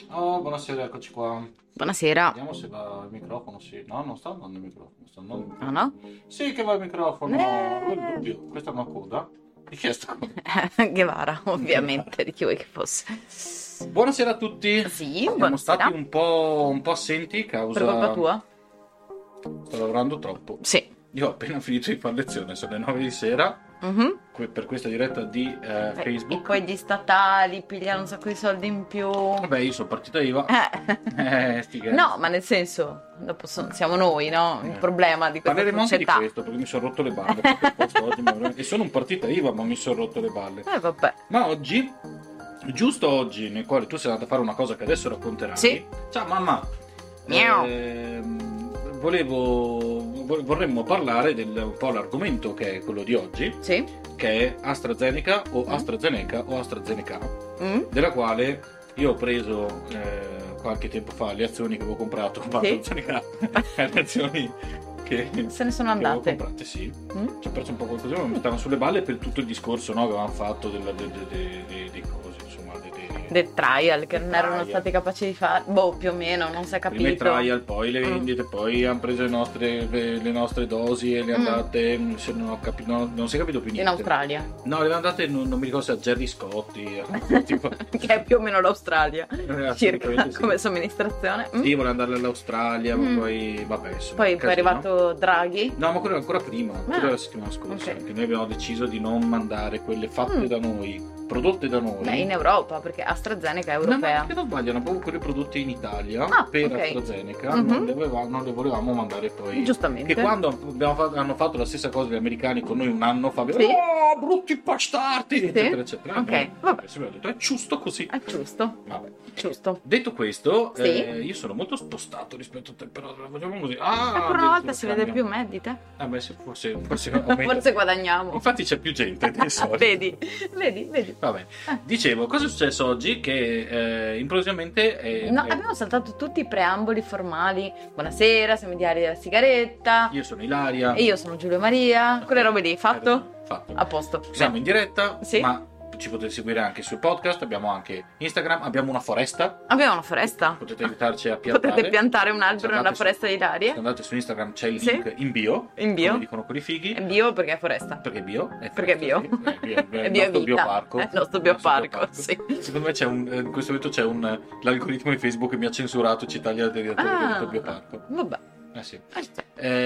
Oh, buonasera, eccoci qua. Buonasera. Vediamo se va il microfono, sì. No, non sta andando il microfono, sta andando il Ah microfono. no? Sì che va il microfono, ho il Eh... dubbio. Questa è una coda? Di chi è sta coda? Guevara, Che va. ovviamente, di chi vuoi che fosse. Buonasera a tutti. Sì, Siamo stati buonasera. un po' assenti Per colpa causa... tua? Sto lavorando troppo. Sì. Io ho appena finito di fare lezione, sono le 9 di sera, Mhm. per questa diretta di E Facebook. poi gli statali pigliano un sacco di soldi in più. Vabbè, io sono partita IVA. Sti No, cazzi. ma nel senso, dopo siamo noi, no? Il problema di questa Parleremo anche di società. questo perché mi sono rotto le balle per quel posto oggi, e sono un partita IVA ma mi sono rotto le balle. Vabbè. Ma oggi, giusto oggi, nel quale tu sei andata a fare una cosa che adesso racconterai. Sì. Ciao mamma. Miau. Vorremmo parlare del un po' l'argomento che è quello di oggi, Sì. che è AstraZeneca o Mm. AstraZeneca o AstraZeneca, Mm. della quale io ho preso qualche tempo fa le azioni che avevo comprato, AstraZeneca, le azioni che Se ne sono che avevo andate. comprate, sì. Mm? Ci ho perso un po' qualcosa, ma mi stavano sulle balle per tutto il discorso, no, che avevamo fatto dei cosi, insomma, Del trial che del non erano trial. stati capaci di fare. Boh, più o meno, non si è Prima i capito. trial, poi le Mm. vendite, poi hanno preso le nostre dosi e le Mm. andate, se non ho capito, non si è capito più In niente. Australia. No, le andate, non mi ricordo se a Gerry Scotti, tipo, Che è più o meno l'Australia. Circa assolutamente sì. come somministrazione. Mm. Sì, voleva andare all'Australia, ma Mm. poi, vabbè, insomma, Poi è casino. arrivato Draghi. No, ma quello era ancora prima, quello era la settimana scorsa, ok. che noi abbiamo deciso di non mandare quelle fatte Mm. da noi, prodotte da noi. Beh, in Europa, perché AstraZeneca è No, ma europea. che non sbagliano, proprio quelle prodotte in Italia Ah, per ok. AstraZeneca Mhm. non le volevamo mandare poi. Giustamente. Che quando hanno fatto la stessa cosa gli americani con noi un anno fa, Sì. oh, brutti bastardi, eccetera, eccetera. Ok, Noi vabbè. adesso abbiamo detto, è giusto così. È giusto. Vabbè. Giusto. Detto questo, Sì. io sono molto spostato rispetto a te, però facciamo così. E per una volta addirittura si vede cambia. più me di te. Ah, beh, sì, forse aumenta. Forse guadagniamo. Infatti c'è più gente del solito. Vedi, vedi, vedi. Vabbè, dicevo, cosa è successo oggi? Che improvvisamente No, abbiamo saltato tutti i preamboli formali. Buonasera, siamo i diari della sigaretta. io sono Ilaria. E io sono Giulio Maria. Quelle robe lì, fatto? Fatto. A posto. Siamo in diretta, Sì. ma ci potete seguire anche sul podcast, abbiamo anche Instagram, abbiamo una foresta, Abbiamo una foresta. potete aiutarci a piantare. Potete piantare un albero Se andate nella foresta di Se Ilaria. andate su Instagram c'è il Sì. link in bio, In bio. come dicono quelli fighi. È bio perché è foresta. Perché è bio? Perché è bio. È È bio il nostro vita. bioparco. È il nostro bioparco, sì. Secondo me c'è in questo momento c'è l'algoritmo di Facebook che mi ha censurato, ci taglia il del bioparco. Vabbè. Sì. Sì.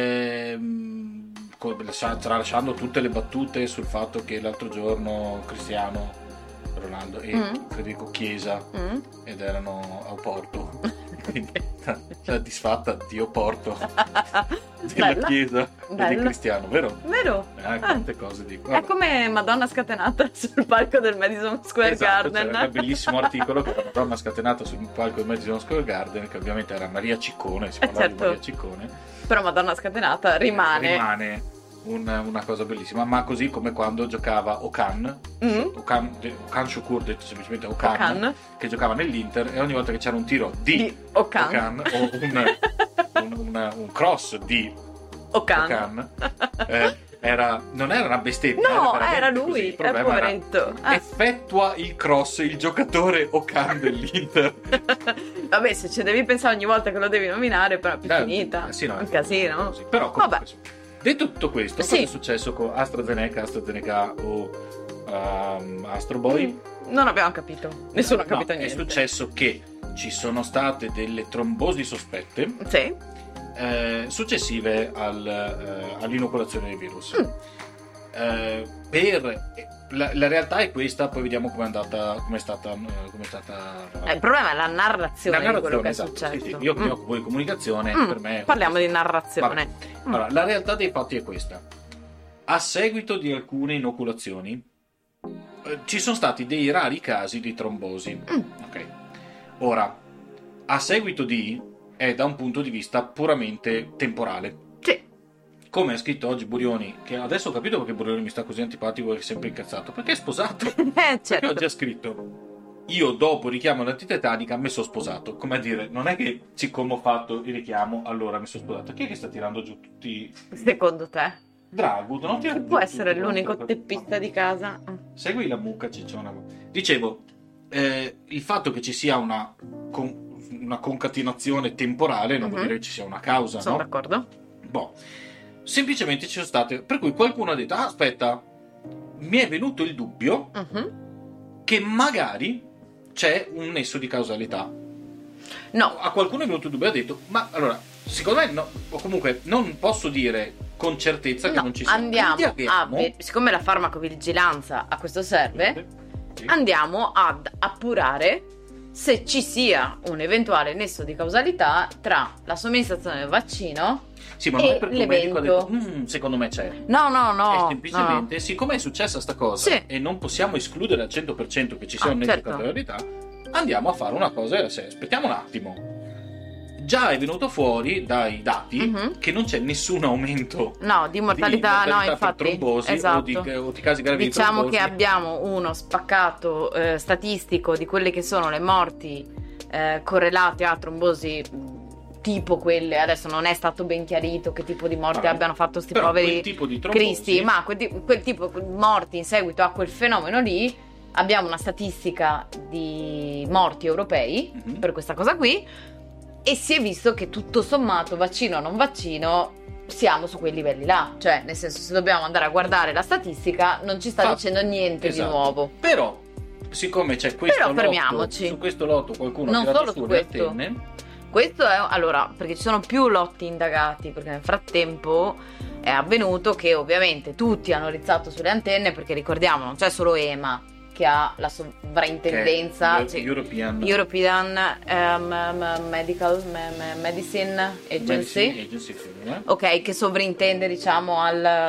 Tralasciando tutte le battute sul fatto che l'altro giorno Cristiano Ronaldo e Federico Chiesa Mm. ed erano a Oporto, quindi la disfatta di Oporto della Bella. Chiesa e di Bello. Cristiano, vero? Vero? Quante cose dico. È Vabbè. come Madonna scatenata sul palco del Madison Square Esatto, Garden. c'era un bellissimo articolo che era una donna scatenata sul palco del Madison Square Garden, che ovviamente era Maria Ciccone, si parlava certo. di Maria Ciccone. Però Madonna scatenata rimane. Una cosa bellissima, ma così come quando giocava Okan, Okan Shukur, detto semplicemente Okan, Okan. che giocava nell'Inter, e ogni volta che c'era un tiro di Okan. o un cross di Okan. non era una bestemmia, No, veramente era così. lui, Il problema era, poveretto. effettua il cross il giocatore Okan dell'Inter. Vabbè, se ci devi pensare ogni volta che lo devi nominare, però è più finita. Sì, no, un casino. così. Però comunque, Vabbè. detto tutto questo, Sì. cosa è successo con AstraZeneca o Astro Boy? Non abbiamo capito. Nessuno ha capito No, niente. è successo che ci sono state delle trombosi sospette Sì. successive all'inoculazione del virus. Mm. La realtà è questa, poi vediamo come è stata Il problema è la narrazione, di quello che è esatto, successo. sì, sì. Io mi occupo di comunicazione, per me Parliamo di narrazione. Vabbè. Allora, la realtà dei fatti è questa: a seguito di alcune inoculazioni ci sono stati dei rari casi di trombosi. Ok. Ora, a seguito di è da un punto di vista puramente temporale. Sì. Come ha scritto oggi Burioni, che adesso ho capito perché Burioni mi sta così antipatico e è sempre incazzato, perché è sposato. Perché Certo. oggi ha scritto: io dopo richiamo l'antitetanica mi sono sposato. Come a dire, non è che siccome ho fatto il richiamo allora mi sono sposato. Chi è che sta tirando giù tutti? Secondo te? Drago, non Chi tira può giù essere tutti, l'unico non- teppista di casa? Segui la mucca cicciona. Dicevo, il fatto che ci sia una una concatenazione temporale non vuol dire che ci sia una causa, Sono no? d'accordo. Boh, semplicemente ci sono state, per cui qualcuno ha detto, aspetta, mi è venuto il dubbio che magari c'è un nesso di causalità. No. A qualcuno è venuto il dubbio e ha detto, ma allora, secondo me no, o comunque non posso dire con certezza che non ci sia. Andiamo siccome la farmacovigilanza a questo serve, Sì. andiamo ad appurare se ci sia un eventuale nesso di causalità tra la somministrazione del vaccino Sì, ma non e è perché un medico ha l'evento. detto, secondo me c'è. No. È semplicemente, siccome è successa sta cosa Sì. e non possiamo escludere al 100% che ci sia un nesso certo. di causalità, andiamo a fare una cosa a sé. Aspettiamo un attimo. Già è venuto fuori dai dati che non c'è nessun aumento No, di mortalità, no, per infatti, trombosi esatto. o di casi gravi Diciamo di che trombosi. abbiamo uno spaccato statistico di quelle che sono le morti correlate a trombosi tipo quelle, adesso non è stato ben chiarito che tipo di morte abbiano fatto sti Però poveri quel tipo di trombosi, cristi, ma quel tipo di morti in seguito a quel fenomeno lì, abbiamo una statistica di morti europei per questa cosa qui, e si è visto che tutto sommato, vaccino o non vaccino, siamo su quei livelli là. Cioè, nel senso, se dobbiamo andare a guardare la statistica, non ci sta dicendo niente esatto. di nuovo. Però, siccome c'è questo Però lotto, fermiamoci. su questo lotto qualcuno Non ha tirato solo su su le questo. antenne. Questo è, allora, perché ci sono più lotti indagati, perché nel frattempo è avvenuto che ovviamente tutti hanno rizzato sulle antenne, perché ricordiamo, non c'è solo EMA che ha la sovrintendenza, Che è European Medicine Agency, sì, ok, che sovrintende, diciamo,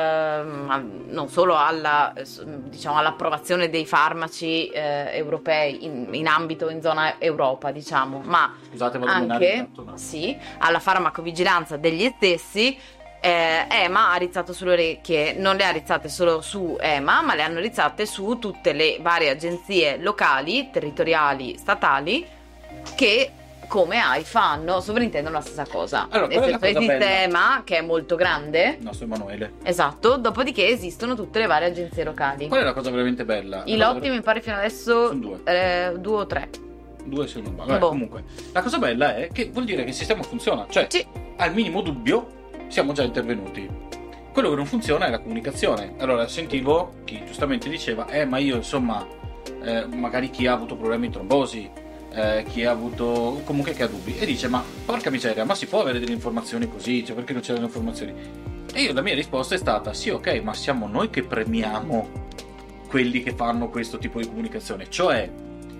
non solo alla, diciamo, all'approvazione dei farmaci europei in ambito, in zona Europa, diciamo, ma Scusate, vado a menare anche intanto, no? sì, alla farmacovigilanza degli stessi. EMA ha rizzato sulle orecchie, non le ha rizzate solo su EMA, ma le hanno rizzate su tutte le varie agenzie locali, territoriali, statali, che come AIFA sovrintendono la stessa cosa. Allora, Nel qual è la senso, cosa esiste bella? EMA, che è molto grande, Il nostro Emanuele. esatto, dopodiché esistono tutte le varie agenzie locali. Qual è la cosa veramente bella? I lotti mi pare fino adesso Sono due. 2 o 3. Due se non sbaglio. Vabbè, Boh. comunque, la cosa bella è che vuol dire che il sistema funziona. Cioè, Sì. al minimo dubbio siamo già intervenuti. Quello che non funziona è la comunicazione. Allora, sentivo chi giustamente diceva, ma io insomma, magari chi ha avuto problemi di trombosi, chi ha avuto, comunque che ha dubbi, e dice, ma porca miseria, ma si può avere delle informazioni così? Cioè, perché non c'è delle informazioni? E io, la mia risposta è stata, sì, ok, ma siamo noi che premiamo quelli che fanno questo tipo di comunicazione. Cioè,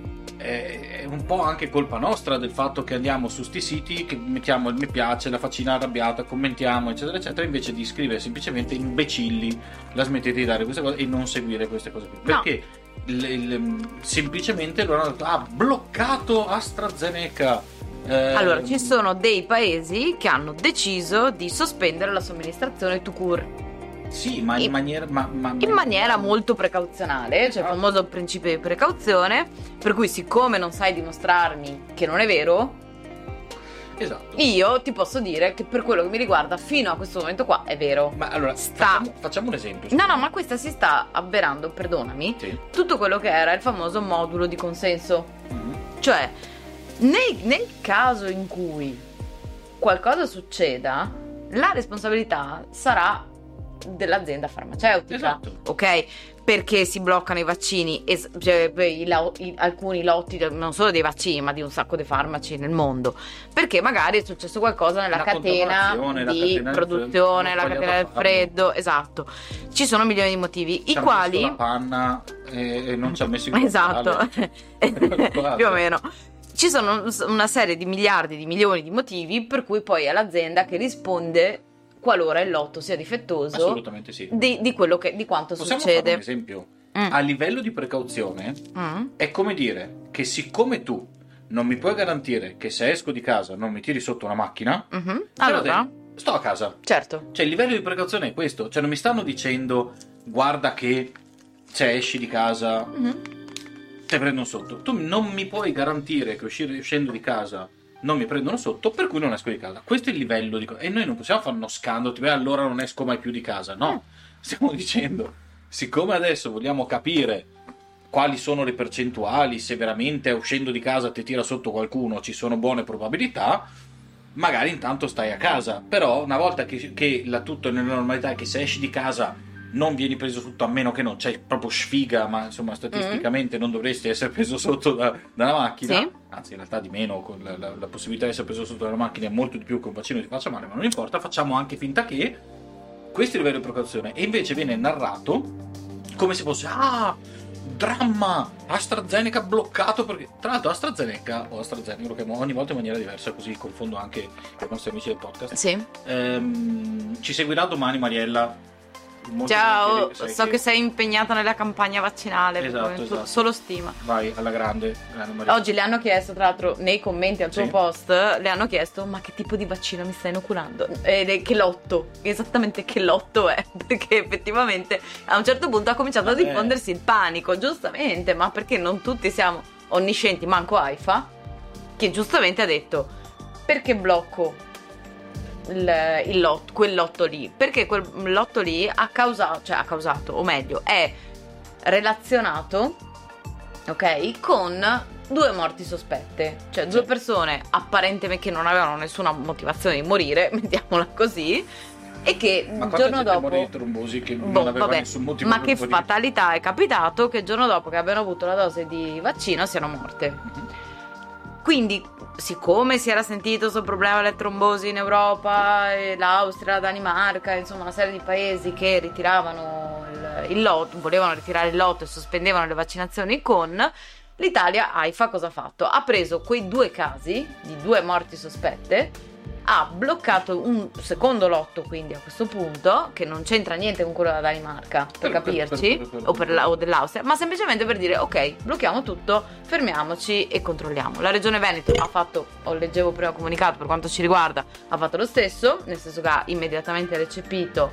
è un po' anche colpa nostra del fatto che andiamo su sti siti, che mettiamo il mi piace, la faccina arrabbiata, commentiamo, eccetera, eccetera, invece di scrivere semplicemente imbecilli, la smettete di dare queste cose e non seguire queste cose qui. No. Perché semplicemente loro hanno detto, bloccato AstraZeneca. Allora, ci sono dei paesi che hanno deciso di sospendere la somministrazione tout court. Sì, ma in maniera in maniera molto precauzionale, cioè il famoso principio di precauzione, per cui siccome non sai dimostrarmi che non è vero, esatto. io ti posso dire che per quello che mi riguarda fino a questo momento qua è vero. Ma allora, facciamo un esempio. No, ma questa si sta avverando, perdonami, Sì. tutto quello che era il famoso modulo di consenso. Mm-hmm. Cioè, nel caso in cui qualcosa succeda, la responsabilità sarà dell'azienda farmaceutica, Esatto. ok? Perché si bloccano i vaccini, cioè, alcuni lotti non solo dei vaccini ma di un sacco di farmaci nel mondo, perché magari è successo qualcosa nella catena di produzione, la catena del freddo, esatto. Ci sono milioni di motivi, i quali la panna e non ci ha messo il esatto più o meno. Ci sono una serie di miliardi di milioni di motivi per cui poi è l'azienda che risponde qualora il lotto sia difettoso. Assolutamente sì. Di quanto Possiamo succede. fare un esempio? A livello di precauzione è come dire che siccome tu non mi puoi garantire che se esco di casa non mi tiri sotto una macchina, allora sto a casa. certo, Cioè il livello di precauzione è questo. Cioè non mi stanno dicendo guarda che se esci di casa te prendono sotto. Tu non mi puoi garantire che uscendo di casa non mi prendono sotto, per cui non esco di casa. Questo è il livello di e noi non possiamo fare uno scandalo tipo allora non esco mai più di casa. No, stiamo dicendo, siccome adesso vogliamo capire quali sono le percentuali, se veramente uscendo di casa ti tira sotto qualcuno ci sono buone probabilità, magari intanto stai a casa. Però una volta che tutto è nella normalità, che se esci di casa non vieni preso sotto, a meno che non c'è proprio sfiga, ma insomma statisticamente non dovresti essere preso sotto da una macchina, sì. Anzi in realtà di meno, con la possibilità di essere preso sotto da una macchina è molto di più che un vaccino ti faccia male, ma non importa, facciamo anche finta che questo è il livello di precauzione. E invece viene narrato come se fosse dramma, AstraZeneca bloccato, perché tra l'altro AstraZeneca lo chiamo ogni volta in maniera diversa, così confondo anche i nostri amici del podcast. Sì. Ci seguirà domani Mariella. Ciao, so che sei impegnata nella campagna vaccinale. Esatto. Solo stima. Vai alla grande Mariella. Oggi le hanno chiesto, tra l'altro nei commenti al tuo post, le hanno chiesto: ma che tipo di vaccino mi stai inoculando? Che lotto, esattamente che lotto è. Perché effettivamente a un certo punto ha cominciato a diffondersi il panico, giustamente, ma perché non tutti siamo onniscienti, manco AIFA, che giustamente ha detto: perché blocco quel lotto lì? Perché quel lotto lì ha causato, o meglio, è relazionato, ok, con 2 morti sospette, cioè 2 persone apparentemente che non avevano nessuna motivazione di morire, mettiamola così, e che il giorno dopo di trombosi che non aveva nessun motivo, ma che fatalità è capitato che il giorno dopo che abbiano avuto la dose di vaccino siano morte. Quindi, siccome si era sentito sul problema delle trombosi in Europa, l'Austria, la Danimarca, insomma una serie di paesi che ritiravano il lotto, volevano ritirare il lotto e sospendevano le vaccinazioni con l'Italia, AIFA cosa ha fatto? Ha preso quei 2 casi di 2 morti sospette, ha bloccato un secondo lotto, quindi a questo punto, che non c'entra niente con quello della Danimarca, per capirci, o dell'Austria, ma semplicemente per dire: ok, blocchiamo tutto, fermiamoci e controlliamo. La Regione Veneto ha fatto, leggevo prima comunicato, per quanto ci riguarda, ha fatto lo stesso, nel senso che ha immediatamente recepito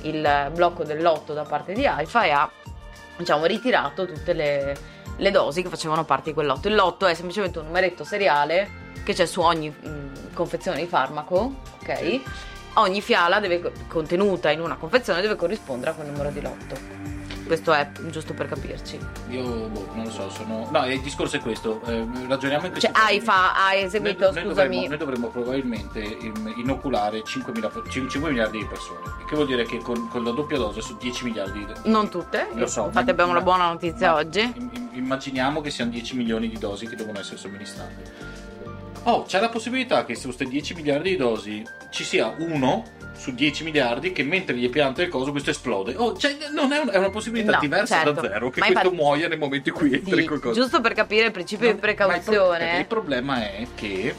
il blocco del lotto da parte di AIFA e ha, diciamo, ritirato tutte le dosi che facevano parte di quel lotto. Il lotto è semplicemente un numeretto seriale che c'è su ogni confezione di farmaco, ok? Ogni fiala contenuta in una confezione deve corrispondere a quel numero di lotto. Questo è giusto per capirci. Io non lo so, no, il discorso è questo. Ragioniamo in questo. Ha eseguito, noi dovremmo probabilmente inoculare 5 miliardi di persone. Che vuol dire che con la doppia dose su 10 miliardi di... Non tutte, lo so. Infatti abbiamo una buona notizia oggi. Immaginiamo che siano 10 milioni di dosi che devono essere somministrate. C'è la possibilità che su queste 10 miliardi di dosi ci sia uno su 10 miliardi che mentre gli pianta il coso questo esplode. Non è una possibilità diversa da zero, che questo muoia nel momento in cui entri col coso. Giusto per capire il principio di precauzione. Il problema è che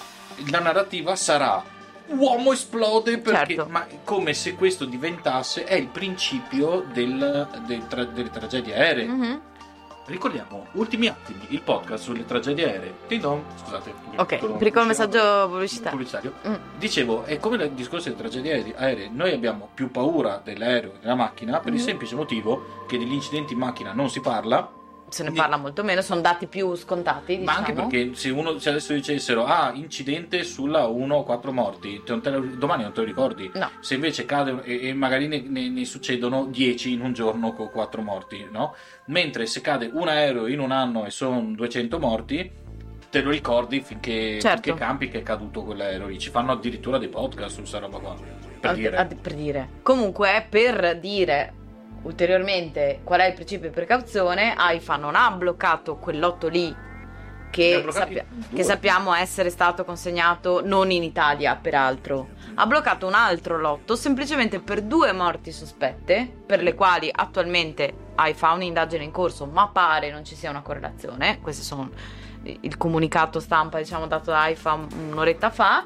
la narrativa sarà: uomo esplode perché, ma come se questo diventasse è il principio delle tragedie aeree. Mm-hmm. Ricordiamo, ultimi attimi, il podcast sulle tragedie aeree. Scusate. Ok, per il messaggio pubblicitario. Dicevo, è come il discorso delle tragedie aeree. Noi abbiamo più paura dell'aereo e della macchina per il semplice motivo che degli incidenti in macchina non si parla. Se ne parla molto meno, sono dati più scontati, diciamo. Ma anche perché se adesso dicessero incidente sulla 1 o 4 morti, domani non te lo ricordi. No. Se invece cade e magari ne succedono 10 in un giorno con 4 morti, no? Mentre se cade un aereo in un anno e sono 200 morti, te lo ricordi finché campi che è caduto quell'aereo lì. Ci fanno addirittura dei podcast su questa roba qua, per dire. Comunque, per dire ulteriormente qual è il principio di precauzione, AIFA non ha bloccato quel lotto lì che sappiamo essere stato consegnato non in Italia, peraltro. Ha bloccato un altro lotto semplicemente per 2 morti sospette, per le quali attualmente AIFA ha un'indagine in corso, ma pare non ci sia una correlazione. Questo sono il comunicato stampa, diciamo, dato da AIFA un'oretta fa.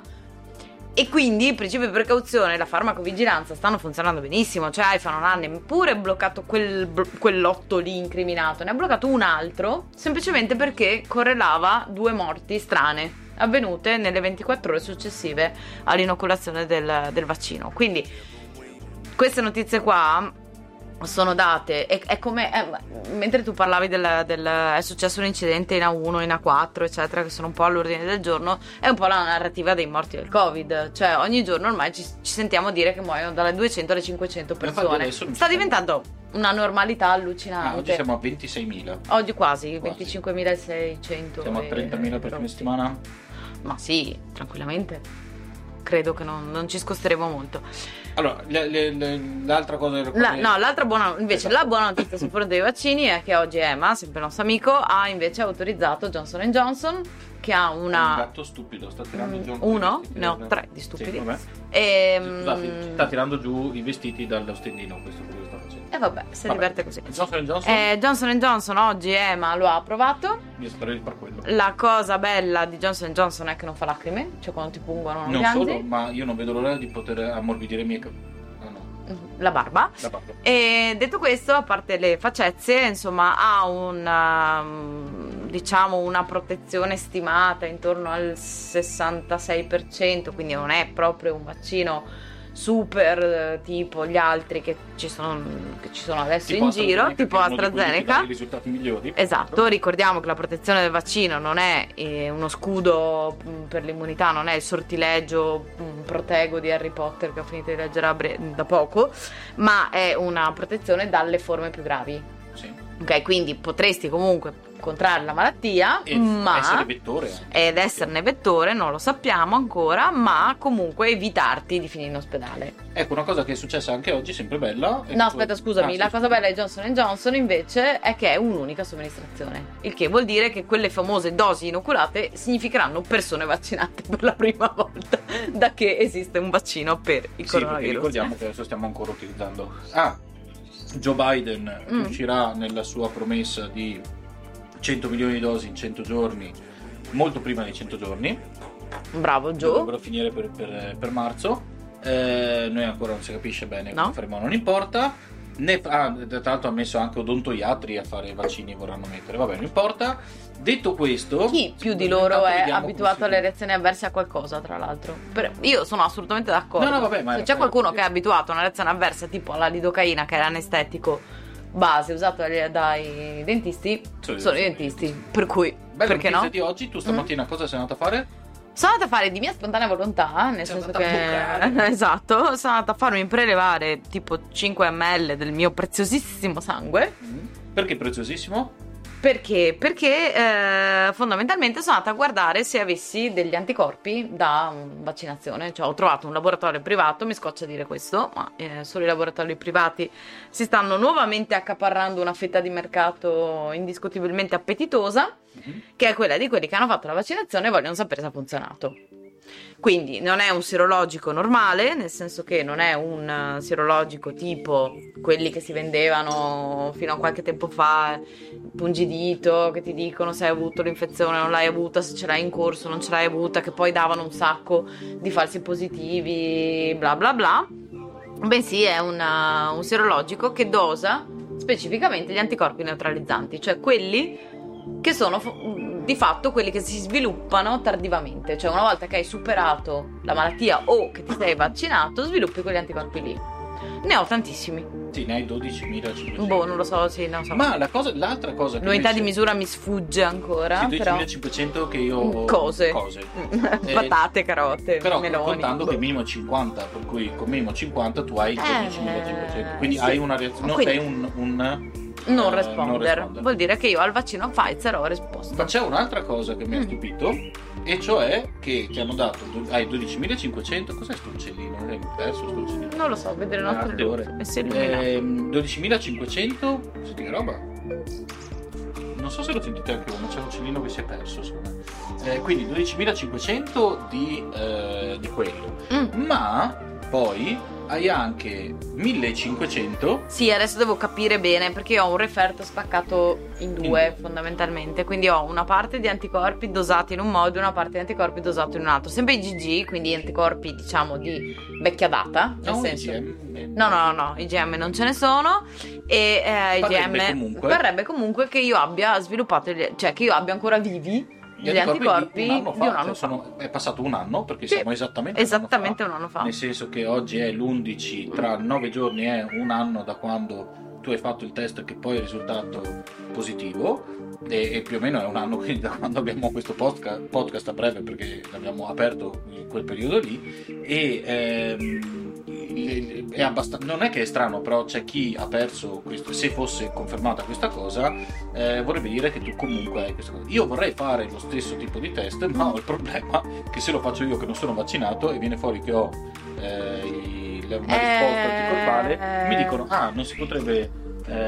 E quindi il principio di precauzione e la farmacovigilanza stanno funzionando benissimo. Cioè AIFA non ha neppure bloccato quel lotto lì incriminato, ne ha bloccato un altro semplicemente perché correlava 2 morti strane avvenute nelle 24 ore successive all'inoculazione del vaccino. Quindi queste notizie qua sono date, è come mentre tu parlavi è successo un incidente in A1, in A4 eccetera, che sono un po' all'ordine del giorno, è un po' la narrativa dei morti del Covid. Cioè ogni giorno ormai ci sentiamo dire che muoiono dalle 200 alle 500 persone. Sta diventando una normalità allucinante. Oggi siamo a 26.000. Oggi quasi. 25.600. Siamo a 30.000 per fine settimana? Ma sì, tranquillamente. Credo che non ci scosteremo molto. Allora, l'altra cosa... l'altra buona... Invece, la buona notizia sul fronte dei vaccini è che oggi EMA, sempre il nostro amico, ha invece autorizzato Johnson & Johnson, che ha una... È un gatto stupido, sta tirando giù... Uno? Ne ho 3 di stupidi. Sì, vabbè. Scusate, sta tirando giù i vestiti dallo stendino, questo è quello che sta facendo. E vabbè, si diverte così. Johnson? Johnson Johnson oggi EMA lo ha approvato. Io spero di far quello. La cosa bella di Johnson Johnson è che non fa lacrime, cioè quando ti pungono non Non piangi. solo, ma io non vedo l'ora di poter ammorbidire i miei la barba. E detto questo, a parte le facezie, insomma, ha una protezione stimata intorno al 66%, quindi non è proprio un vaccino super tipo gli altri che ci sono adesso tipo in giro, tipo AstraZeneca. I risultati migliori. Esatto, ricordiamo che la protezione del vaccino non è uno scudo per l'immunità, non è il sortileggio protego di Harry Potter che ho finito di leggere da poco, ma è una protezione dalle forme più gravi. Sì. Ok, quindi potresti comunque contrarre la malattia, ma essere vettore ed esserne vettore non lo sappiamo ancora, ma comunque evitarti di finire in ospedale. Ecco, una cosa che è successa anche oggi, sempre bella. No, aspetta, scusami, la cosa bella di Johnson & Johnson invece è che è un'unica somministrazione, il che vuol dire che quelle famose dosi inoculate significheranno persone vaccinate per la prima volta da che esiste un vaccino per il coronavirus. Ricordiamo che adesso stiamo ancora utilizzando. Joe Biden riuscirà nella sua promessa di 100 milioni di dosi in 100 giorni, molto prima dei 100 giorni. Bravo Joe. Dovrebbero finire per marzo. Noi ancora non si capisce bene come faremo, non importa. Tra l'altro ha messo anche odontoiatri a fare vaccini, vorranno mettere, vabbè, non importa. Detto questo, chi più di loro è abituato alle reazioni avverse a qualcosa, tra l'altro? Io sono assolutamente d'accordo. No, vabbè, ma se c'è qualcuno che è abituato a una reazione avversa tipo alla lidocaina, che è l'anestetico base usato dai dentisti, sono i dentisti, per cui perché no? Di oggi, tu stamattina cosa sei andata a fare? Sono andata a fare di mia spontanea volontà, nel senso che esatto, sono andata a farmi prelevare tipo 5 ml del mio preziosissimo sangue. Perché preziosissimo? Perché fondamentalmente sono andata a guardare se avessi degli anticorpi da vaccinazione. Cioè ho trovato un laboratorio privato, mi scoccia dire questo, ma solo i laboratori privati si stanno nuovamente accaparrando una fetta di mercato indiscutibilmente appetitosa, che è quella di quelli che hanno fatto la vaccinazione e vogliono sapere se ha funzionato. Quindi non è un sierologico normale, nel senso che non è un sierologico tipo quelli che si vendevano fino a qualche tempo fa, pungidito, che ti dicono se hai avuto l'infezione, non l'hai avuta, se ce l'hai in corso, non ce l'hai avuta, che poi davano un sacco di falsi positivi, bla bla bla. Bensì è un sierologico che dosa specificamente gli anticorpi neutralizzanti, cioè quelli che sono di fatto quelli che si sviluppano tardivamente, cioè una volta che hai superato la malattia o che ti sei vaccinato, sviluppi quegli anticorpi lì. Ne ho tantissimi. Sì, ne hai 12.500. Non lo so, sì, non so. Ma l'altra cosa che l'unità di misura mi sfugge ancora, sì, 12.500 che io cose. Patate, carote, però meloni. contando che minimo 50, per cui con minimo 50 tu hai 12.500. Quindi sì. hai una reazione, non sei un non responder. Vuol dire che io al vaccino Pfizer ho risposto. Ma c'è un'altra cosa che mi ha stupito, e cioè che ti hanno dato ai 12.500. Cos'è sto uccellino? È perso sto uccellino? Non lo so, vedere le nostre ore. 12.500. Senti che roba. Non so se lo sentite anche voi, ma c'è un uccellino che si è perso, secondo me. Quindi 12.500 di quello. Ma poi hai anche 1.500. Sì, adesso devo capire bene, perché io ho un referto spaccato in due fondamentalmente, quindi ho una parte di anticorpi dosati in un modo e una parte di anticorpi dosati in un altro, sempre IgG, quindi anticorpi diciamo di vecchia data, nel senso no, IgM non ce ne sono, e IgM parrebbe comunque che io abbia sviluppato cioè che io abbia ancora vivi gli anticorpi di un anno fa. È passato un anno, perché siamo esattamente un anno fa. Nel senso che oggi è l'11, tra 9 giorni è un anno da quando tu hai fatto il test che poi è risultato positivo, e più o meno è un anno quindi da quando abbiamo questo podcast a breve, perché l'abbiamo aperto in quel periodo lì, e è abbastanza, non è che è strano, però c'è chi ha perso questo. Se fosse confermata questa cosa, vorrebbe dire che tu comunque hai questa cosa. Io vorrei fare lo stesso tipo di test, ma ho il problema che se lo faccio io che non sono vaccinato e viene fuori che ho una risposta anticorpale, mi dicono non si potrebbe.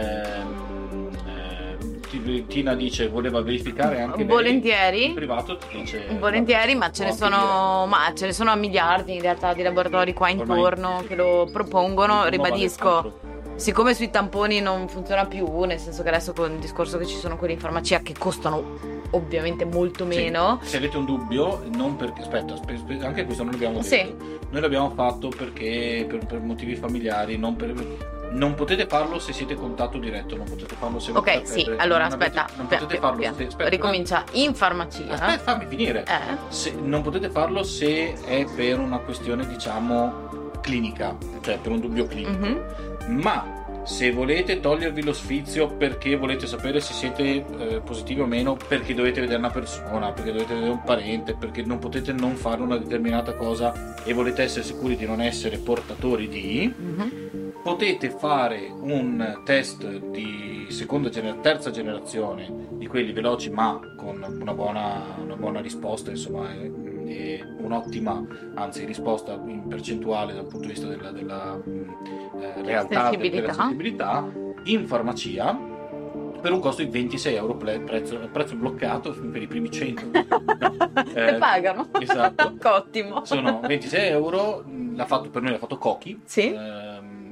Tina dice voleva verificare anche volentieri lei, in privato ti dice volentieri, ma ce ne sono a miliardi in realtà di laboratori qua intorno che lo propongono. Ribadisco, siccome sui tamponi non funziona più, nel senso che adesso con il discorso che ci sono quelli in farmacia che costano ovviamente molto meno. Se avete un dubbio, non perché anche questo non l'abbiamo detto, noi l'abbiamo fatto perché per motivi familiari, non potete farlo se siete contatto diretto, non potete farlo se ok, sì, allora aspetta, non potete farlo ricomincia in farmacia. Aspetta, fammi finire. Non potete farlo se è per una questione, diciamo, clinica, cioè per un dubbio clinico. Ma se volete togliervi lo sfizio perché volete sapere se siete positivi o meno, perché dovete vedere una persona, perché dovete vedere un parente, perché non potete non fare una determinata cosa e volete essere sicuri di non essere portatori di, potete fare un test di terza generazione, di quelli veloci ma con una buona risposta, insomma, e un'ottima, anzi, risposta in percentuale dal punto di vista della realtà, della sensibilità, in farmacia per un costo di 26 euro, prezzo bloccato per i primi 100 che pagano. Esatto. Ottimo. Sono 26 euro, per noi l'ha fatto Coki. Sì.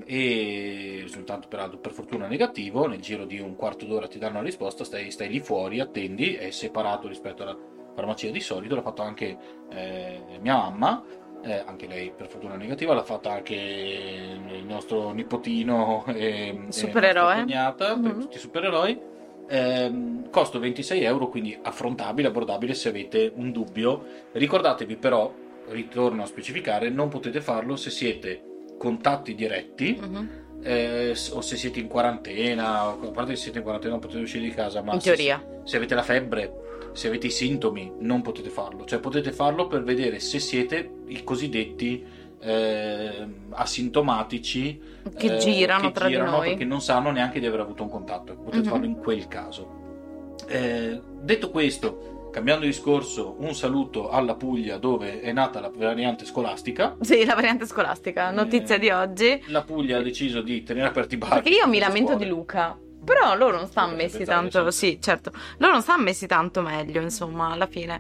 E risultato peraltro per fortuna negativo. Nel giro di un quarto d'ora ti danno la risposta, stai lì fuori, attendi, è separato rispetto alla farmacia di solito. L'ha fatto anche mia mamma, anche lei per fortuna negativa, l'ha fatta anche il nostro nipotino e supereroe, cognata, per tutti i supereroi. Costo 26 euro, quindi affrontabile, abbordabile se avete un dubbio. Ricordatevi però, ritorno a specificare, non potete farlo se siete contatti diretti o se siete in quarantena. A parte che se siete in quarantena non potete uscire di casa, ma in teoria se avete la febbre, se avete i sintomi, non potete farlo. Cioè potete farlo per vedere se siete i cosiddetti asintomatici che girano tra di noi, perché non sanno neanche di aver avuto un contatto. Potete farlo in quel caso. Detto questo, cambiando discorso, un saluto alla Puglia dove è nata la variante scolastica. Sì, la variante scolastica, notizia di oggi. La Puglia ha deciso di tenere aperti i bar. Perché io mi lamento di Luca, però loro non stanno messi tanto, sì, certo, loro non stanno messi tanto meglio, insomma, alla fine.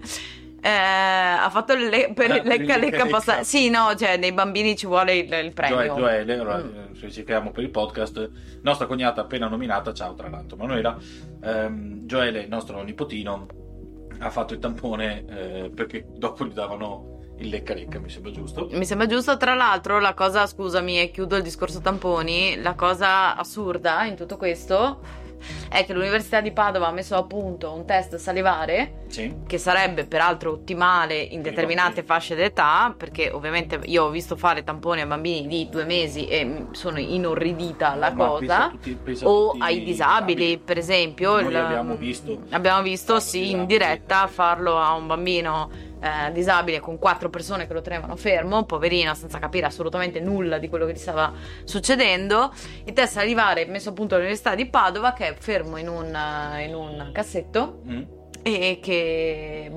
Ha fatto il lecca apposta. Sì, no, cioè nei bambini ci vuole il premio. Gioele, allora ci cerchiamo per il podcast. Nostra cognata appena nominata, ciao tra l'altro, Manuela. Gioele, il nostro nipotino, ha fatto il tampone perché dopo gli davano il lecca, mi sembra giusto. Mi sembra giusto. Tra l'altro la cosa, scusami, e chiudo il discorso tamponi, la cosa assurda in tutto questo è che l'Università di Padova ha messo a punto un test salivare, sì, che sarebbe peraltro ottimale in determinate fasce d'età, perché ovviamente io ho visto fare tamponi a bambini di 2 mesi e sono inorridita la cosa, o ai disabili, per esempio. Noi abbiamo visto sì, in diretta farlo a un bambino disabile con 4 persone che lo tenevano fermo, poverino, senza capire assolutamente nulla di quello che gli stava succedendo. Il test salivare messo a punto all'Università di Padova, che è fermo in un cassetto e che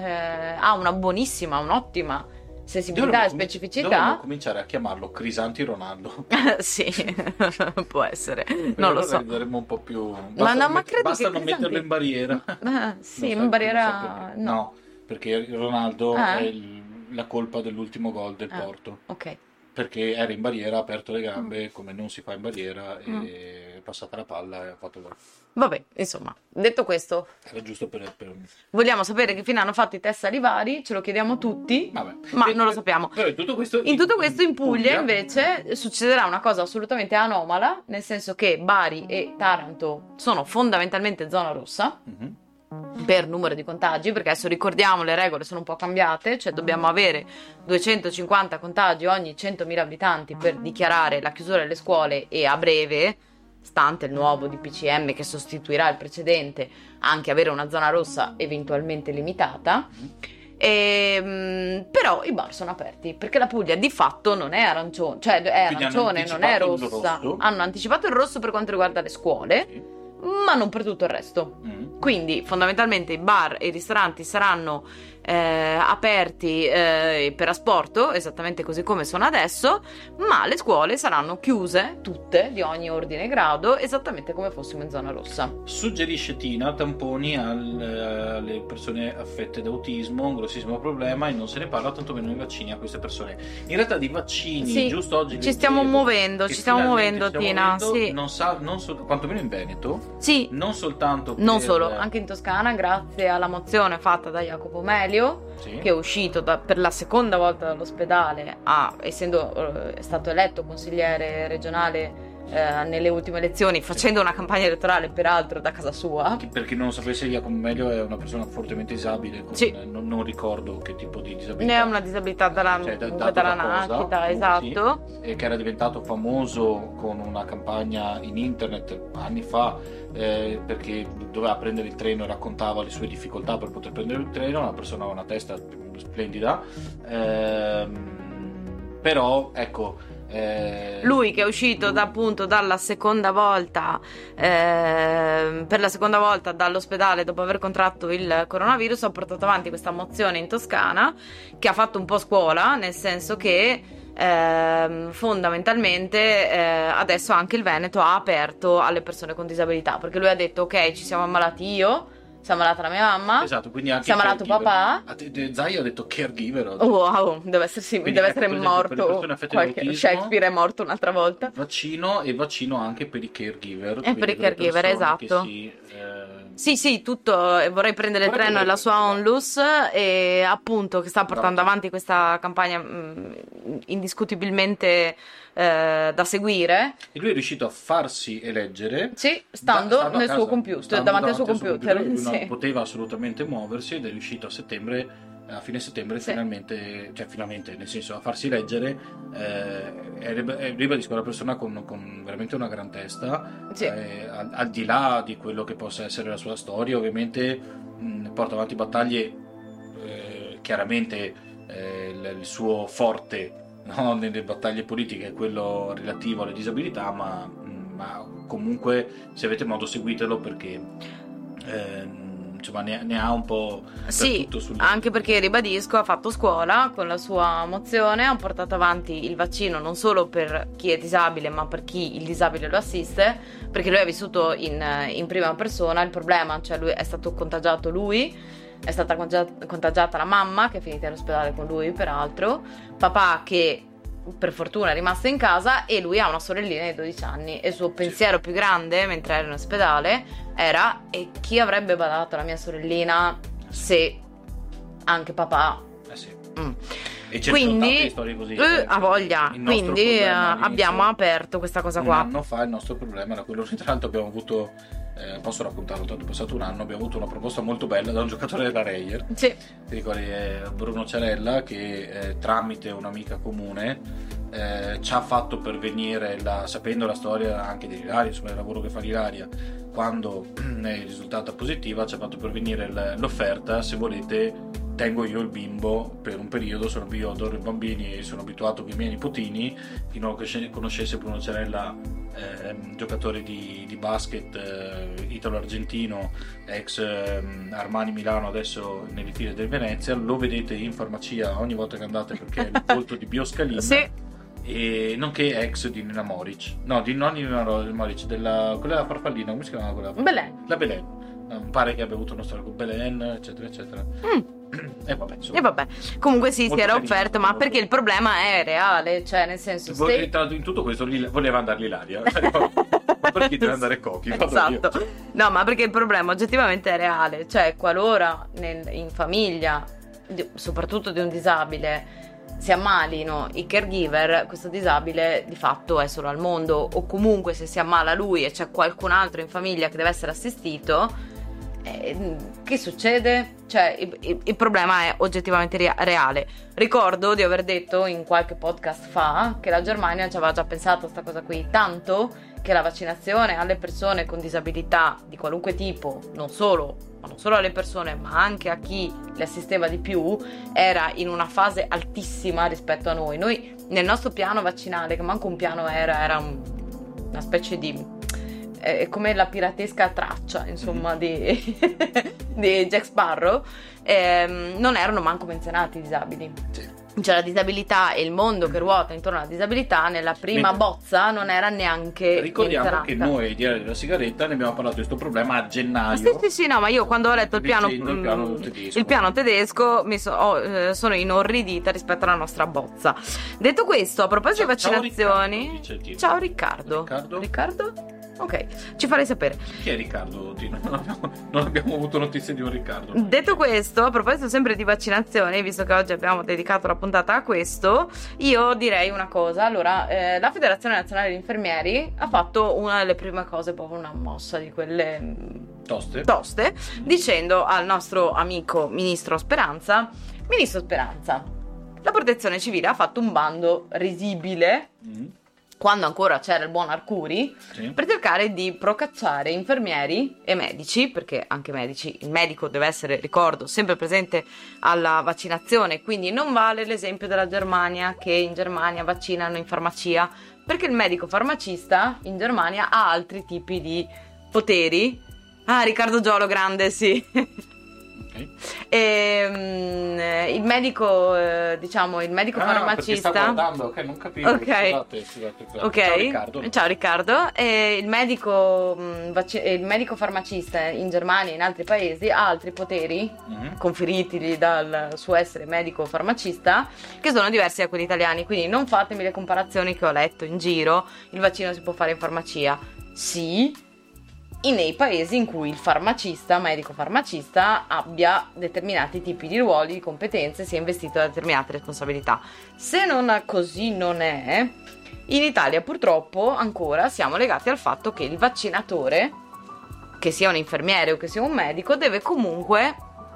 ha un'ottima sensibilità e specificità. Dovremmo cominciare a chiamarlo Crisanti Ronaldo. Sì, può essere, non lo so. Dovremmo un po' più. Basta non metterlo in barriera. Sì, in barriera no, perché Ronaldo è la colpa dell'ultimo gol del Porto. Ok. Perché era in barriera, ha aperto le gambe come non si fa in barriera e è passata la palla e ha fatto gol. Vabbè, insomma, detto questo, era giusto per... vogliamo sapere che fine hanno fatto i test salivari, ce lo chiediamo tutti. Vabbè. Ma non lo sappiamo. Però in tutto questo in Puglia invece succederà una cosa assolutamente anomala, nel senso che Bari e Taranto sono fondamentalmente zona rossa per numero di contagi, perché adesso ricordiamo le regole sono un po' cambiate, cioè dobbiamo avere 250 contagi ogni 100.000 abitanti per dichiarare la chiusura delle scuole, e a breve, stante il nuovo DPCM che sostituirà il precedente, anche avere una zona rossa eventualmente limitata. Però i bar sono aperti perché la Puglia di fatto non è arancione, cioè è Quindi arancione, non è rossa. Hanno anticipato il rosso per quanto riguarda le scuole, Sì. ma non per tutto il resto. Quindi fondamentalmente i bar e i ristoranti saranno aperti per asporto, esattamente così come sono adesso, ma le scuole saranno chiuse tutte di ogni ordine e grado, esattamente come fossimo in zona rossa. Suggerisce Tina tamponi alle persone affette da autismo, un grossissimo problema, e non se ne parla tantomeno dei vaccini a queste persone. In realtà di vaccini, Sì, giusto oggi ci stiamo muovendo, Tina, sì. Quantomeno in Veneto, Sì, non soltanto non per- solo, anche in Toscana, grazie alla mozione fatta da Jacopo Melio, Sì. che è uscito per la seconda volta dall'ospedale, essendo stato eletto consigliere regionale nelle ultime elezioni, facendo una campagna elettorale peraltro da casa sua. Per chi non lo sapesse, Jacopo Melio è una persona fortemente disabile, Sì. non ricordo che tipo di disabilità. Ne ha una disabilità dalla data nascita, esatto. Sì, e che era diventato famoso con una campagna in internet anni fa, perché doveva prendere il treno e raccontava le sue difficoltà per poter prendere il treno. Una persona con una testa splendida, però ecco, lui che è uscito appunto dalla seconda volta per la seconda volta dall'ospedale dopo aver contratto il coronavirus, ha portato avanti questa mozione in Toscana che ha fatto un po' scuola, nel senso che fondamentalmente adesso anche il Veneto ha aperto alle persone con disabilità, perché lui ha detto ok, ci siamo ammalati io, si è ammalata la mia mamma, esatto, quindi anche si è ammalato papà. Zai ha detto caregiver oggi. Wow, deve essere Quindi, deve ecco, essere per esempio, per le morto persone affette da autismo, Shakespeare è morto un'altra volta. Vaccino anche per i caregiver. E per i caregiver, esatto. Sì, tutto. Vorrei prendere il treno e la sua onlus, e appunto che sta portando avanti questa campagna indiscutibilmente da seguire. E lui è riuscito a farsi eleggere, sì, stando nel suo computer, stando davanti al suo computer. Lui Sì. non poteva assolutamente muoversi, ed è riuscito a fine settembre Sì. finalmente, nel senso, a farsi leggere. Ribadisco, una persona con veramente una gran testa, Sì. al di là di quello che possa essere la sua storia, ovviamente porta avanti battaglie, chiaramente il suo forte, no, nelle battaglie politiche è quello relativo alle disabilità, ma comunque, se avete modo, seguitelo, perché insomma ne ha un po' per sì, tutto anche perché, ribadisco, ha fatto scuola con la sua mozione, ha portato avanti il vaccino non solo per chi è disabile, ma per chi il disabile lo assiste, perché lui ha vissuto in prima persona il problema, cioè lui è stato contagiato, è stata contagiata la mamma, che è finita all'ospedale con lui peraltro, papà che per fortuna è rimasto in casa, e lui ha una sorellina di 12 anni, e il suo pensiero più grande mentre era in ospedale era: e chi avrebbe badato alla mia sorellina se anche papà? sì. E quindi storie così, ha voglia, quindi abbiamo aperto questa cosa qua. Un anno fa il nostro problema era quello, tra l'altro abbiamo avuto, posso raccontarlo, tanto è passato un anno, abbiamo avuto una proposta molto bella da un giocatore della Reyer, sì. ti ricordi, Bruno Ciarella, che tramite un'amica comune ci ha fatto pervenire, sapendo la storia anche di Ilaria, insomma il lavoro che fa l'Ilaria, quando è risultata positiva, ci ha fatto pervenire l'offerta: se volete tengo io il bimbo per un periodo, io adoro i bambini e sono abituato con i miei nipotini. Chi non conoscesse Bruno Ciarella, giocatore di basket italo-argentino, ex Armani Milano, adesso nelle file del Venezia, lo vedete in farmacia ogni volta che andate, perché è il volto di Bioscalin. Sì. E nonché ex di Nina Moric, non di Nina Moric, quella farfallina, come si chiamava quella? Belen. La Belen. Pare che abbia avuto una storia con Belen, eccetera eccetera. E vabbè, comunque sì, si era carino, offerto, ma perché il problema è reale, cioè nel senso in tutto questo voleva andare l'Ilaria. Ma perché deve andare Cochi? Esatto. No, ma perché il problema oggettivamente è reale, cioè qualora in famiglia, soprattutto di un disabile, si ammalino i caregiver, questo disabile di fatto è solo al mondo, o comunque se si ammala lui e c'è qualcun altro in famiglia che deve essere assistito, che succede? Cioè il problema è oggettivamente reale. Ricordo di aver detto in qualche podcast fa che la Germania ci aveva già pensato a sta cosa qui, tanto che la vaccinazione alle persone con disabilità di qualunque tipo, non solo ma non solo alle persone, ma anche a chi le assisteva di più, era in una fase altissima rispetto a noi. Noi nel nostro piano vaccinale, che manco un piano era una specie di come la piratesca traccia, insomma, di Jack Sparrow, non erano manco menzionati i disabili. Sì. Cioè la disabilità e il mondo che ruota intorno alla disabilità nella prima bozza non era neanche ricordiamo menzionata. che noi ai Diari della Sigaretta ne abbiamo parlato di questo problema a gennaio. Sì, no, ma io quando ho letto il piano tedesco sono inorridita rispetto alla nostra bozza. Detto questo, a proposito di vaccinazioni, ciao Riccardo. Riccardo? Ok, ci farei sapere. Chi è Riccardo? Non abbiamo avuto notizie di un Riccardo. Detto questo, a proposito sempre di vaccinazioni, visto che oggi abbiamo dedicato la puntata a questo, io direi una cosa. Allora, la Federazione Nazionale degli Infermieri ha fatto una delle prime cose, proprio una mossa di quelle toste, dicendo al nostro amico Ministro Speranza, la Protezione Civile ha fatto un bando risibile, quando ancora c'era il buon Arcuri, per cercare di procacciare infermieri e medici, perché anche medici, il medico deve essere, ricordo, sempre presente alla vaccinazione, quindi non vale l'esempio della Germania, che in Germania vaccinano in farmacia, perché il medico farmacista in Germania ha altri tipi di poteri. Ah, Riccardo Giolo, grande, sì. Il medico, il medico farmacista. Stavo guardando, ok, non capivo. Ok. Scusate. Ciao Riccardo. Il medico farmacista in Germania e in altri paesi ha altri poteri conferitigli dal suo essere medico farmacista, che sono diversi da quelli italiani. Quindi non fatemi le comparazioni che ho letto in giro. Il vaccino si può fare in farmacia. Sì, nei paesi in cui il medico farmacista abbia determinati tipi di ruoli, di competenze, sia investito da determinate responsabilità. Se così non è, in Italia purtroppo ancora siamo legati al fatto che il vaccinatore, che sia un infermiere o che sia un medico, deve comunque,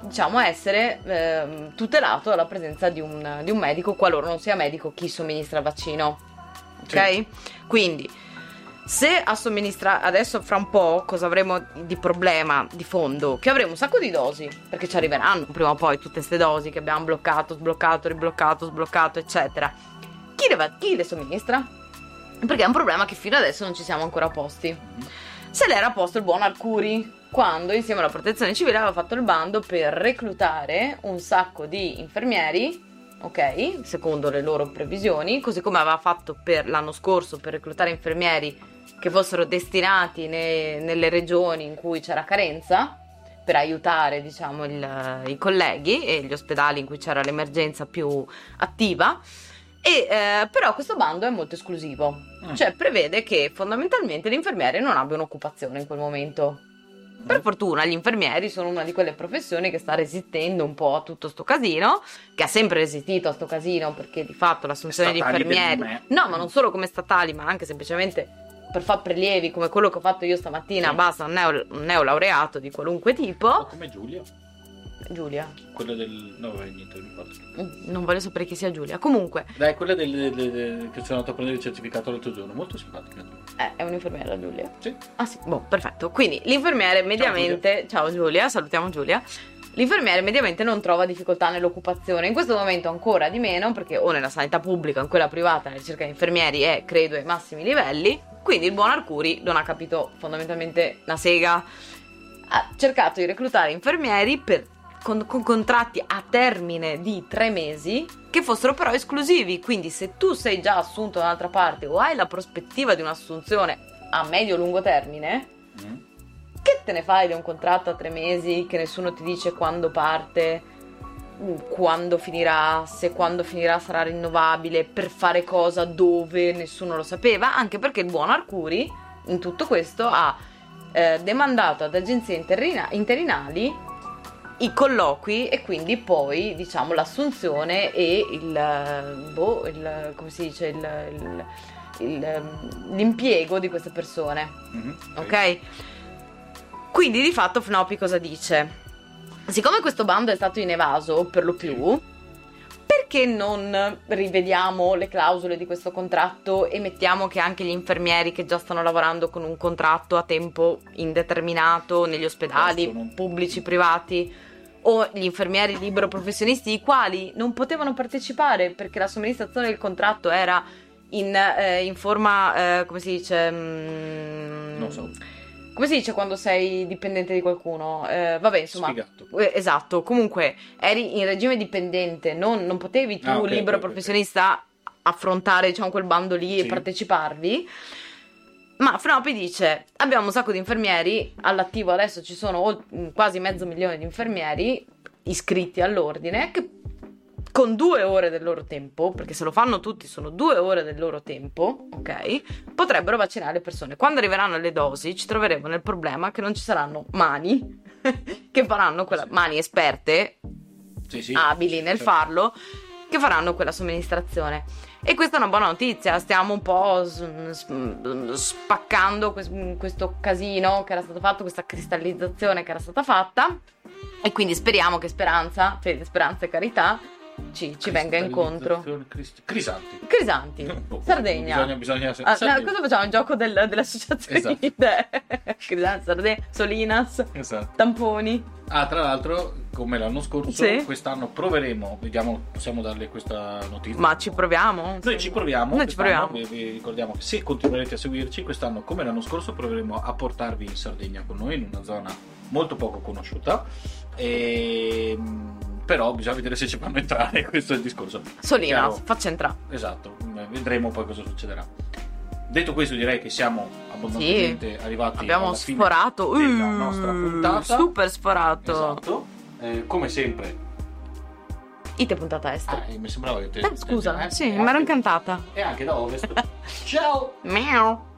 essere tutelato dalla presenza di un medico, qualora non sia medico chi somministra il vaccino. Ok? Sì. Quindi se a somministrare adesso, fra un po', cosa avremo di problema di fondo? Che avremo un sacco di dosi, perché ci arriveranno prima o poi tutte queste dosi che abbiamo bloccato, sbloccato, ribloccato, sbloccato, eccetera. Chi le somministra? Perché è un problema che fino adesso non ci siamo ancora posti. Se l'era posto il buon Arcuri, quando insieme alla Protezione Civile aveva fatto il bando per reclutare un sacco di infermieri, ok, secondo le loro previsioni, così come aveva fatto per l'anno scorso per reclutare infermieri che fossero destinati nelle regioni in cui c'era carenza, per aiutare, i colleghi e gli ospedali in cui c'era l'emergenza più attiva. Però questo bando è molto esclusivo, cioè prevede che fondamentalmente gli infermieri non abbiano occupazione in quel momento. Per fortuna gli infermieri sono una di quelle professioni che sta resistendo un po' a tutto sto casino, che ha sempre resistito a sto casino, perché di fatto l'assunzione di infermieri, no, ma non solo come statali, ma anche semplicemente per fare prelievi come quello che ho fatto io stamattina, basta, un neolaureato di qualunque tipo. O come Giulia, quella no, niente, non voglio sapere chi sia Giulia. Comunque dai, quella che sono andato a prendere il certificato l'altro giorno, molto simpatica. È un'infermiera, Giulia? Sì. Ah sì, perfetto. Quindi l'infermiere mediamente, ciao Giulia, salutiamo Giulia. L'infermiere mediamente non trova difficoltà nell'occupazione, in questo momento ancora di meno, perché o nella sanità pubblica o in quella privata la ricerca di infermieri è, credo, ai massimi livelli. Quindi il buon Arcuri non ha capito fondamentalmente una sega. Ha cercato di reclutare infermieri con contratti a termine di 3 mesi, che fossero però esclusivi. Quindi se tu sei già assunto da un'altra parte o hai la prospettiva di un'assunzione a medio-lungo termine, che te ne fai di un contratto a 3 mesi che nessuno ti dice quando parte, quando finirà, se quando finirà sarà rinnovabile, per fare cosa, dove, nessuno lo sapeva, anche perché il buon Arcuri in tutto questo ha demandato ad agenzie interinali i colloqui e quindi poi l'assunzione e come si dice, l'impiego di queste persone. Ok? Quindi di fatto FNOPI cosa dice? Siccome questo bando è stato inevaso per lo più, perché non rivediamo le clausole di questo contratto e mettiamo che anche gli infermieri che già stanno lavorando con un contratto a tempo indeterminato negli ospedali pubblici, privati, o gli infermieri libero professionisti, i quali non potevano partecipare perché la somministrazione del contratto era in forma, come si dice? Non so. Come si dice quando sei dipendente di qualcuno? Vabbè, insomma. Spiegato. Esatto, comunque eri in regime dipendente, non potevi tu, libero professionista, affrontare, diciamo, quel bando lì e parteciparvi. Ma Fnopi dice: abbiamo un sacco di infermieri all'attivo, adesso ci sono quasi 500.000 di infermieri iscritti all'ordine che con 2 ore del loro tempo, perché se lo fanno tutti sono 2 ore del loro tempo, ok, potrebbero vaccinare le persone. Quando arriveranno le dosi ci troveremo nel problema che non ci saranno mani che faranno mani esperte, abili nel farlo, che faranno quella somministrazione. E questa è una buona notizia, stiamo un po' spaccando questo casino che era stato fatto, questa cristallizzazione che era stata fatta, e quindi speriamo che fede, speranza e carità ci venga incontro. Crisanti. Sardegna. Bisogna cosa facciamo? Il gioco delle associazioni di idee. Crisanti, Sardegna, Solinas, tamponi. Tra l'altro, come l'anno scorso, quest'anno proveremo, vediamo, possiamo darle questa notizia. Ma ci proviamo? Noi ci proviamo. Vi ricordiamo che se continuerete a seguirci, quest'anno, come l'anno scorso, proveremo a portarvi in Sardegna con noi, in una zona molto poco conosciuta. Però bisogna vedere se ci fanno entrare, questo è il discorso. Solinas, faccia entrare. Esatto, vedremo poi cosa succederà. Detto questo, direi che siamo abbondantemente arrivati abbiamo alla fine sforato della nostra puntata. Super sforato. Esatto. Come sempre, ite puntata est. Mi sembrava che scusa, sì, mi ero incantata. E anche da ovest. Ciao. Miau.